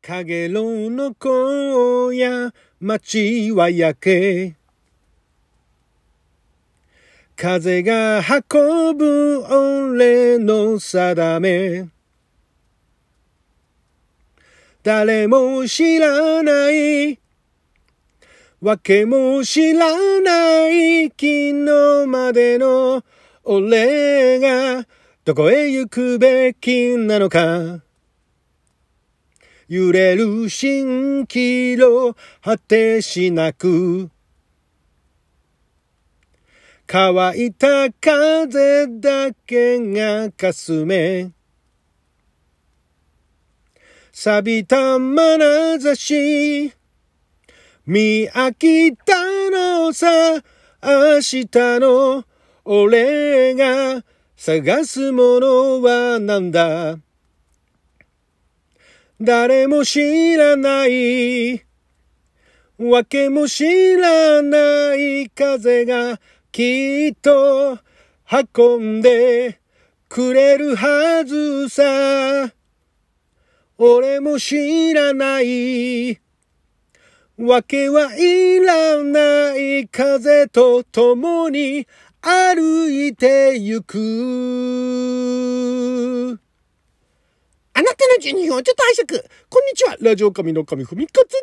かげろうの荒野、街は焼け。風が運ぶ俺の定め。誰も知らない、わけも知らない、昨日までの俺がどこへ行くべきなのか。揺れる蜃気楼、果てしなく。乾いた風だけがかすめ。錆びた眼差し。見飽きたのさ、明日の俺が探すものはなんだ。誰も知らない、わけも知らない風がきっと運んでくれるはずさ。俺も知らない、わけはいらない、風と共に歩いてゆく。あなたの12分をちょっと拝借。こんにちは、ラジオ神の神ふみかつです。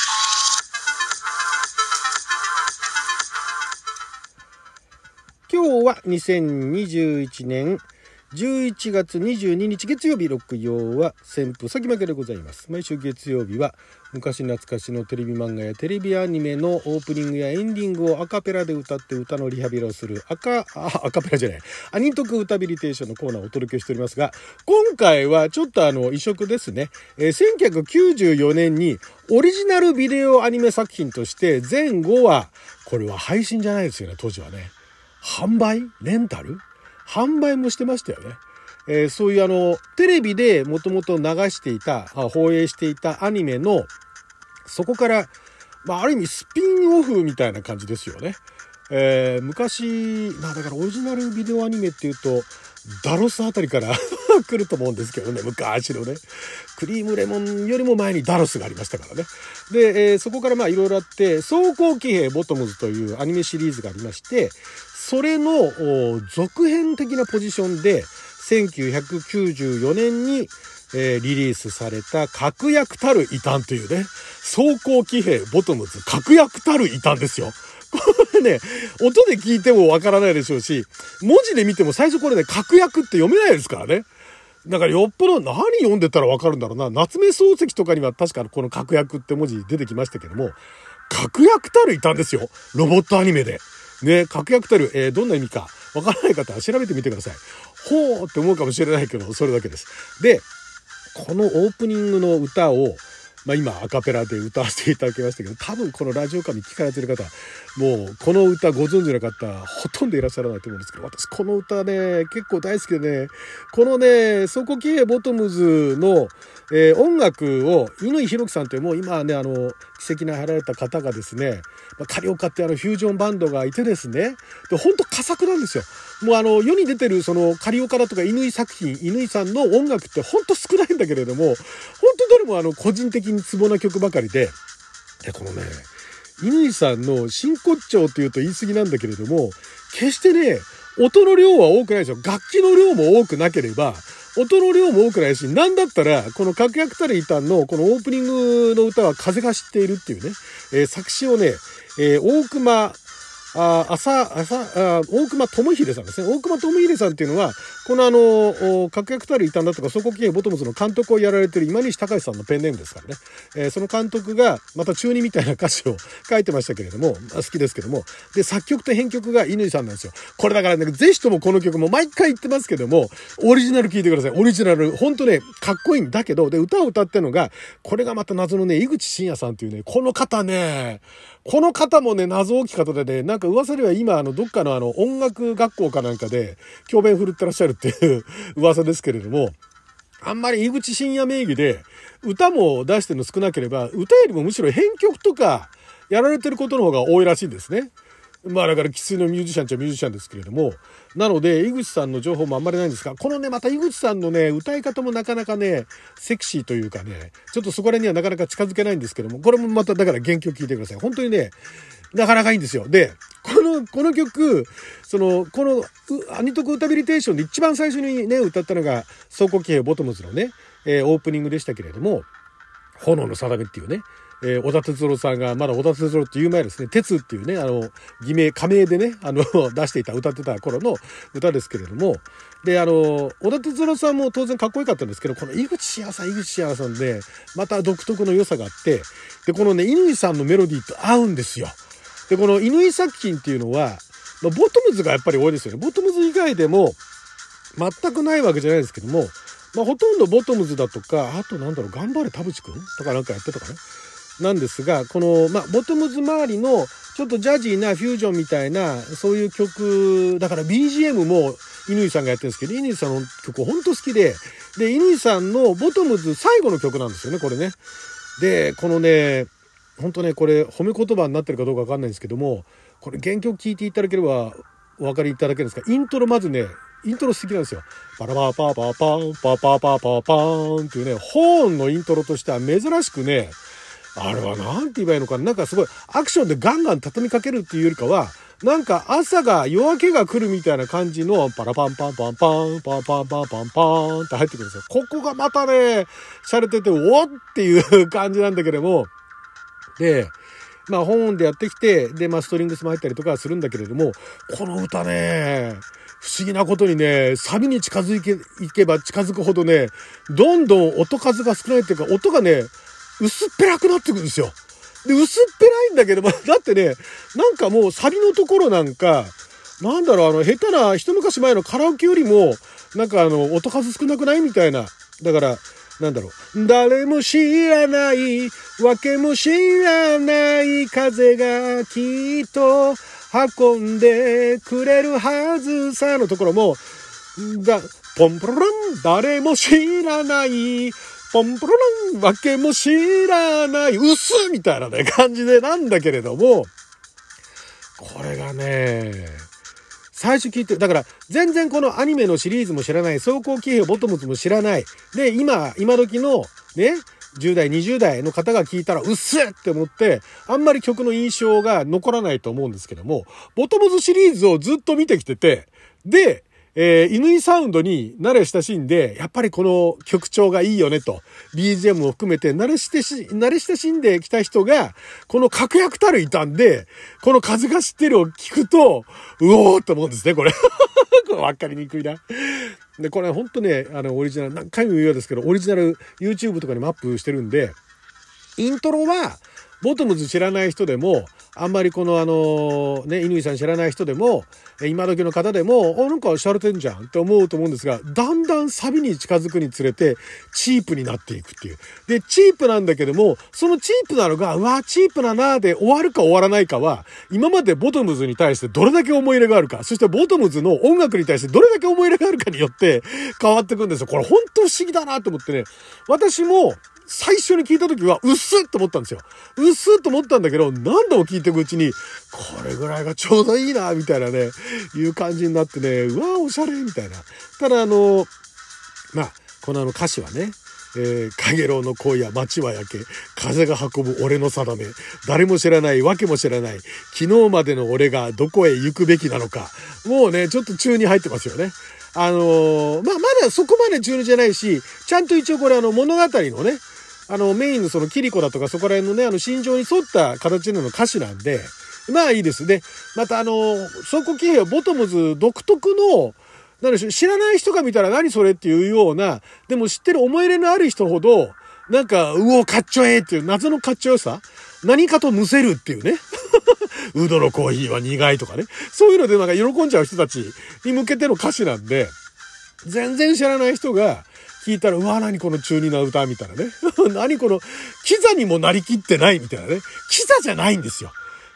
今日は2021年11月22日月曜日、六曜は旋風先負けでございます。毎週月曜日は昔懐かしのテレビ漫画やテレビアニメのオープニングやエンディングをアカペラで歌って歌のリハビリをするアカペラじゃないアニトク歌ビリテーションのコーナーをお届けしておりますが、今回はちょっと異色ですね。1994年にオリジナルビデオアニメ作品として全5話、これは配信じゃないですよね、当時はね。販売レンタル販売もしてましたよね。そういうテレビでもともと流していた、放映していたアニメの、そこから、ある意味スピンオフみたいな感じですよね。昔、だからオリジナルビデオアニメっていうと、ダロスあたりから来ると思うんですけどね、昔のね。クリームレモンよりも前にダロスがありましたからね。で、そこからいろいろあって、装甲騎兵ボトムズというアニメシリーズがありまして、それの続編的なポジションで1994年に、リリースされた確約たる異端というね、装甲騎兵ボトムズ確約たる異端ですよ。これね、音で聞いてもわからないでしょうし、文字で見ても最初これね、確約って読めないですからね。だからよっぽど何読んでたらわかるんだろうな。夏目漱石とかには確かこの確約って文字出てきましたけども、確約たる異端ですよ。ロボットアニメで。ね、確約たる、どんな意味かわからない方は調べてみてください。ほーって思うかもしれないけど、それだけです。で、このオープニングの歌を、今アカペラで歌わせていただきましたけど、多分このラジオ神聞かれてる方、もうこの歌ご存知の方ほとんどいらっしゃらないと思うんですけど、私この歌ね結構大好きでね、このね装甲騎兵ボトムズの、音楽を乾弘樹さんという、もう今ね奇跡の入られた方がですね、カリオカってフュージョンバンドがいてですね、で本当佳作なんですよ。もう世に出てるそのカリオカだとか乾作品、乾さんの音楽って本当少ないんだけれども、本当どれも個人的にツボな曲ばかりで、このね乾さんの真骨頂っていうと言い過ぎなんだけれども、決してね音の量は多くないですよ。楽器の量も多くなければ音の量も多くないし、なんだったらこの確約たる異端のこのオープニングの歌は風が知っているっていうね、作詞をね、大隈大隈智秀さんですね。大隈智秀さんっていうのは、この確約たる異端だとか、装甲騎兵ボトムズの監督をやられている今西隆さんのペンネームですからね。その監督が、また中二みたいな歌詞を書いてましたけれども、好きですけども。で、作曲と編曲が乾さんなんですよ。これだからね、ぜひともこの曲も毎回言ってますけども、オリジナル聴いてください。オリジナル。ほんとね、かっこいいんだけど、で、歌を歌ってるのが、これがまた謎のね、井口真也さんっていうね、この方もね、謎大きい方でね、なんか噂では今、どっかの音楽学校かなんかで、教鞭振るってらっしゃるっていう噂ですけれども、あんまり井口真也名義で、歌も出してるの少なければ、歌よりもむしろ編曲とか、やられてることの方が多いらしいんですね。 まあだから生粋のミュージシャンっちゃミュージシャンですけれども、なので井口さんの情報もあんまりないんですが、このねまた井口さんのね歌い方もなかなかねセクシーというかね、ちょっとそこらにはなかなか近づけないんですけども、これもまただから原曲聴いてください。本当にねなかなかいいんですよ。でこの曲このアニトク歌ビリテーションで一番最初にね歌ったのが走行騎兵ボトムズのね、オープニングでしたけれども、炎の定めっていうね、小田哲郎さんがまだ小田哲郎っていう前ですね、鉄っていうね偽名仮名でね出していた歌ってた頃の歌ですけれども、で小田哲郎さんも当然かっこよかったんですけど、この井口真也さんでまた独特の良さがあって、でこのね乾さんのメロディーと合うんですよ。でこの乾作品っていうのは、ボトムズがやっぱり多いですよね。ボトムズ以外でも全くないわけじゃないですけども、ほとんどボトムズだとか、あと頑張れ田淵くんとかなんかやってたかななんですが、このボトムズ周りのちょっとジャジーなフュージョンみたいなそういう曲だから、 BGM も乾さんがやってるんですけど、乾さんの曲本当好きで、乾さんのボトムズ最後の曲なんですよねこれね。でこのね本当ねこれ褒め言葉になってるかどうかわかんないんですけども、これ原曲聴いていただければお分かりいただけるんですが、イントロまずねイントロ素敵なんですよ。パラパーパーパーパーパーパーパーパーパーンっていうね、ホーンのイントロとしては珍しくね、あれはなんて言えばいいのかな、なんかすごいアクションでガンガン畳みかけるっていうよりかは、なんか朝が夜明けが来るみたいな感じのパラパンパンパンパンパンパンパンパンパンって入ってくるんですよ。ここがまたね洒落てておっていう感じなんだけれども、で本でやってきて、でストリングスも入ったりとかするんだけれども、この歌ね不思議なことにね、サビに近づいけば近づくほどね、どんどん音数が少ないっていうか、音がね薄っぺらくなってくるんですよ。で薄っぺらいんだけども、だってねなんかもうサビのところなんか下手な一昔前のカラオケよりもなんか音数少なくないみたいな。だから誰も知らないわけも知らない風がきっと運んでくれるはずさのところもポンプロロン誰も知らないポンプロロンわけも知らない薄みたいなね感じでなんだけれども、これがね最初聞いて、だから全然このアニメのシリーズも知らない、走行騎兵ボトムズも知らないで、今時のね10代20代の方が聞いたらうっせって思ってあんまり曲の印象が残らないと思うんですけども、ボトムズシリーズをずっと見てきてて、で乾サウンドに慣れ親しんで、やっぱりこの曲調がいいよねと BGM も含めて慣れ親しんできた人がこの確約たるいたんで、この風が知ってるを聞くとうおーって思うんですねこれこれ分かりにくいな。でこれほんとねオリジナル何回も言うようですけど、オリジナル YouTube とかにもアップしてるんで、イントロはボトムズ知らない人でも、あんまりこの乾さん知らない人でも、今時の方でもなんか洒落てんじゃんって思うと思うんですが、だんだんサビに近づくにつれてチープになっていくっていう。でチープなんだけども、そのチープなのがチープだなで終わるか終わらないかは、今までボトムズに対してどれだけ思い入れがあるか、そしてボトムズの音楽に対してどれだけ思い入れがあるかによって変わってくるんですよ。これ本当不思議だなと思ってね、私も最初に聞いた時はうっすっと思ったんですよ。うっすっと思ったんだけど、何度も聞いていくうちにこれぐらいがちょうどいいなみたいなねいう感じになってね、うわおしゃれみたいな。ただこの歌詞はね、かげろうの恋や街は焼け、風が運ぶ俺の定め、誰も知らないわけも知らない、昨日までの俺がどこへ行くべきなのか、もうねちょっと中に入ってますよね。まだそこまで中二じゃないし、ちゃんと一応これ物語のねメインのそのキリコだとかそこら辺のね心情に沿った形の歌詞なんでいいです。でまた走行騎兵はボトムズ独特の知らない人が見たら何それっていうような、でも知ってる思い入れのある人ほどなんかうおかっちょええっていう謎のかっちょよさ、何かとむせるっていうねウドのコーヒーは苦いとかね、そういうのでなんか喜んじゃう人たちに向けての歌詞なんで、全然知らない人が聞いたら、うわ何この中二な歌みたいなね何このキザにもなりきってないみたいなね、キザじゃないんですよ。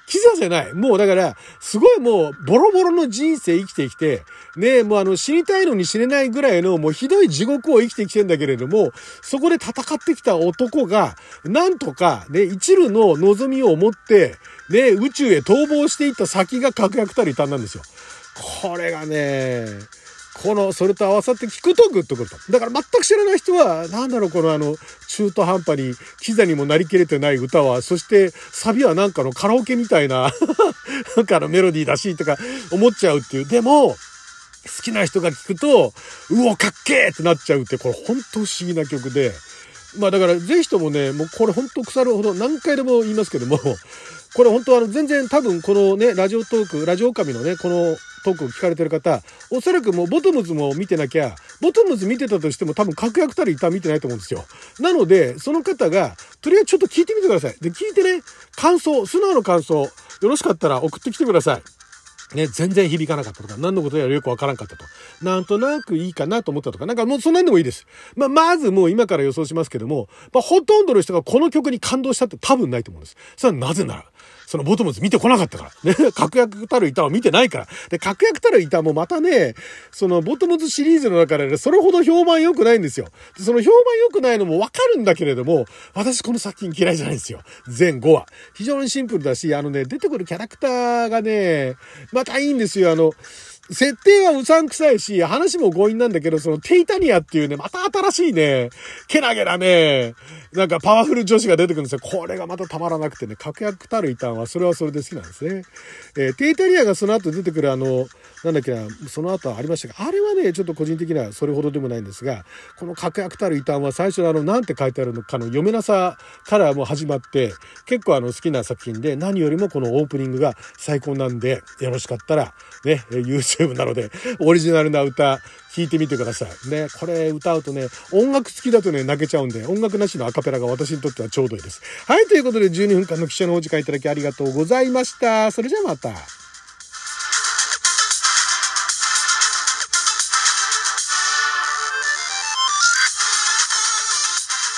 キザじゃない。もうだから、すごいもう、ボロボロの人生生きてきて、ね、もう死にたいのに死ねないぐらいの、もうひどい地獄を生きてきてんだけれども、そこで戦ってきた男が、なんとか、ね、一縷の望みを持って、ね、宇宙へ逃亡していった先が確約たる異端なんですよ。これがね、それと合わさって聞くとグッとくると。だから全く知らない人は、なんだろう、中途半端に、キザにもなりきれてない歌は、そして、サビはなんかのカラオケみたいな、なんかメロディーだし、とか思っちゃうっていう。でも、好きな人が聞くと、うお、かっけーってなっちゃうって、これ本当不思議な曲で。まあだからぜひともね、もうこれ本当腐るほど何回でも言いますけども、これ本当全然多分このね、ラジオ神のね、このトークを聞かれてる方、おそらくもうボトムズも見てなきゃ、ボトムズ見てたとしても多分確約たる異端見てないと思うんですよ。なので、その方が、とりあえずちょっと聞いてみてください。で、聞いてね、素直な感想、よろしかったら送ってきてください。ね、全然響かなかったとか、何のことやらよくわからんかったと。なんとなくいいかなと思ったとか、なんかもうそんなんでもいいです。まずもう今から予想しますけども、ほとんどの人がこの曲に感動したって多分ないと思うんです。それはなぜなら、そのボトムズ見てこなかったから。ね、確約たる異端を見てないから。で、確約たる異端もまたね、そのボトムズシリーズの中で、ね、それほど評判良くないんですよ。でその評判良くないのもわかるんだけれども、私この作品嫌いじゃないんですよ。全5話。非常にシンプルだし、出てくるキャラクターがね、またいいんですよ。設定はうさんくさいし、話も強引なんだけど、そのテイタニアっていうね、また新しいね、ケラゲラね、なんかパワフル女子が出てくるんですよ。これがまたたまらなくてね、確約たる異端は、それはそれで好きなんですね。テイタニアがその後出てくるなんだっけな、その後ありましたが、あれはね、ちょっと個人的にはそれほどでもないんですが、この確約たる異端は最初のなんて書いてあるのかの読めなさからも始まって、結構好きな作品で、何よりもこのオープニングが最高なんで、よろしかったら、ね、YouTube なので、オリジナルな歌、聴いてみてください。ね、これ歌うとね、音楽好きだとね、泣けちゃうんで、音楽なしのアカペラが私にとってはちょうどいいです。はい、ということで12分間の記者のお時間いただきありがとうございました。それじゃあまた。